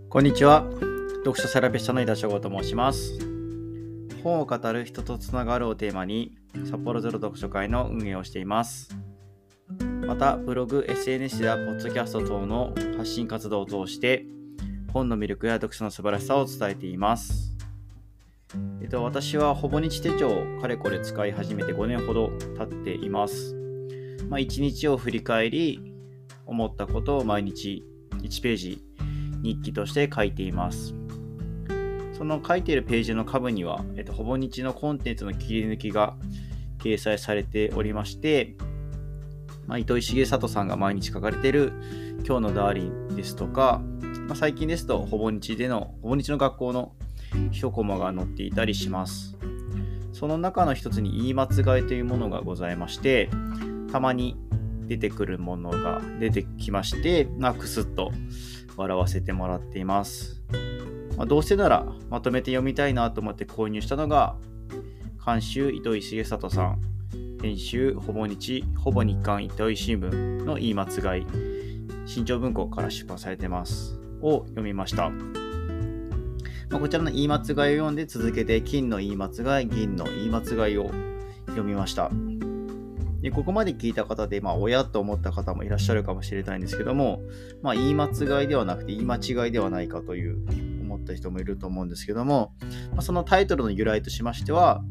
こんにちは。読書セラピストの井田翔吾と申します。本を語る人とつながるをテーマに札幌ゼロ読書会の運営をしています。またブログ、SNS やポッドキャスト等の発信活動を通して本の魅力や読書の素晴らしさを伝えています。私はほぼ日手帳をかれこれ使い始めて5年ほど経っています。1日を振り返り思ったことを毎日1ページ日記として書いています。その書いているページの下部には、ほぼ日のコンテンツの切り抜きが掲載されておりまして、糸井重里さんが毎日書かれている今日のダーリンですとか、最近ですとほぼ日の学校の一コマが載っていたりします。その中の一つに言い間違いというものがございまして、たまに出てくるものが出てきまして、クスッと笑わせてもらっています。どうせならまとめて読みたいなと思って購入したのが監修糸井重里さん、編集ほぼ日刊糸井新聞の言い間違い、新潮文庫から出版されてますを読みました。こちらの言い間違いを読んで続けて金の言い間違い、銀の言い間違いを読みました。でここまで聞いた方で、親と思った方もいらっしゃるかもしれないんですけども、言い間違いではなくて言い間違いではないかという思った人もいると思うんですけども、そのタイトルの由来としましては、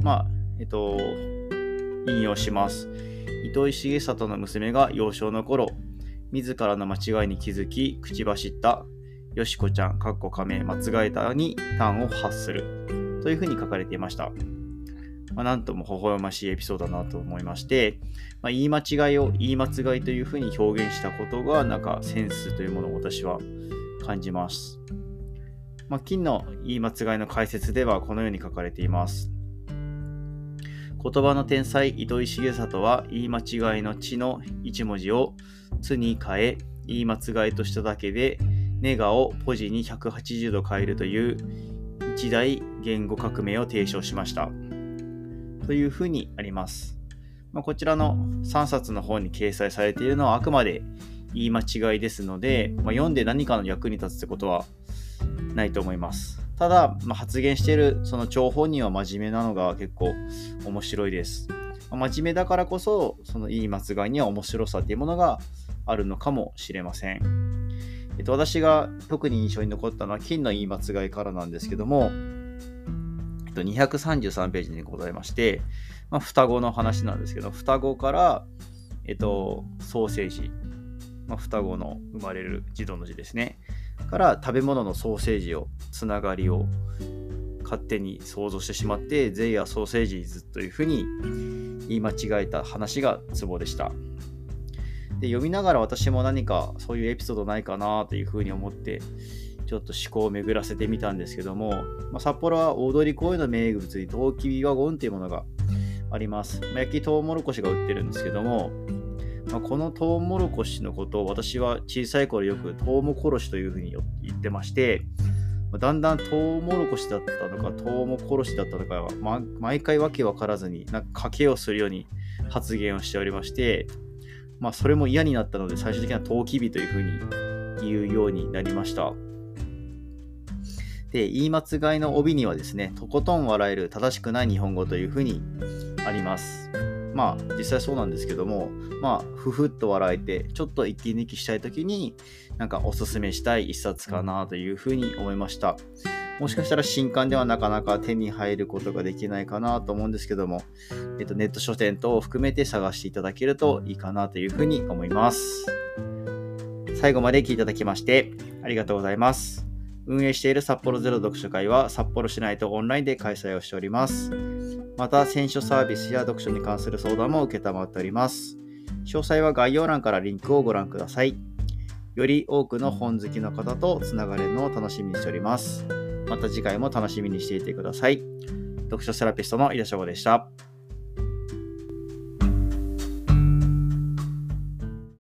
引用します。糸井重里の娘が幼少の頃、自らの間違いに気づき、口走ったよしこちゃん、間違えたに端を発するというふうに書かれていました。なんとも微笑ましいエピソードだなと思いまして、言い間違いを言い間違いというふうに表現したことがセンスというものを私は感じます。金の言い間違いの解説ではこのように書かれています。言葉の天才糸井重里は言い間違いの地の一文字をつに変え、言い間違いとしただけでネガをポジに180度変えるという一大言語革命を提唱しましたというふうにあります。こちらの3冊の本に掲載されているのはあくまで言い間違いですので、読んで何かの役に立つってことはないと思います。ただ、発言しているその張本人は真面目なのが結構面白いです。真面目だからこそその言い間違いには面白さというものがあるのかもしれません。私が特に印象に残ったのは金の言い間違いからなんですけども、233ページにございまして、双子の話なんですけど、双子から、ソーセージ、双子の生まれる児童の字ですね、から食べ物のソーセージをつながりを勝手に想像してしまって、ゼイやソーセージズというふうに言い間違えた話がツボでした。で読みながら私も何かそういうエピソードないかなというふうに思ってちょっと思考を巡らせてみたんですけども、札幌は大通公園の名物にトウキビワゴンというものがあります。焼きトウモロコシが売ってるんですけども、このトウモロコシのことを私は小さい頃よくトウモコロシというふうに言ってまして、だんだんトウモロコシだったのかトウモコロシだったのかは、毎回わけわからずに賭けをするように発言をしておりまして、それも嫌になったので最終的にはトウキビというふうに言うようになりました。で、言い間違いの帯にはですね、とことん笑える正しくない日本語というふうにあります。実際そうなんですけども、ふふっと笑えてちょっと息抜きしたいときにおすすめしたい一冊かなというふうに思いました。もしかしたら新刊ではなかなか手に入ることができないかなと思うんですけども、ネット書店等を含めて探していただけるといいかなというふうに思います。最後まで聞いていただきましてありがとうございます。運営している札幌ゼロ読書会は札幌市内とオンラインで開催をしております。また選書サービスや読書に関する相談も受けたまっております。詳細は概要欄からリンクをご覧ください。より多くの本好きの方とつながれるのを楽しみにしております。また次回も楽しみにしていてください。読書セラピストの井田翔吾でした。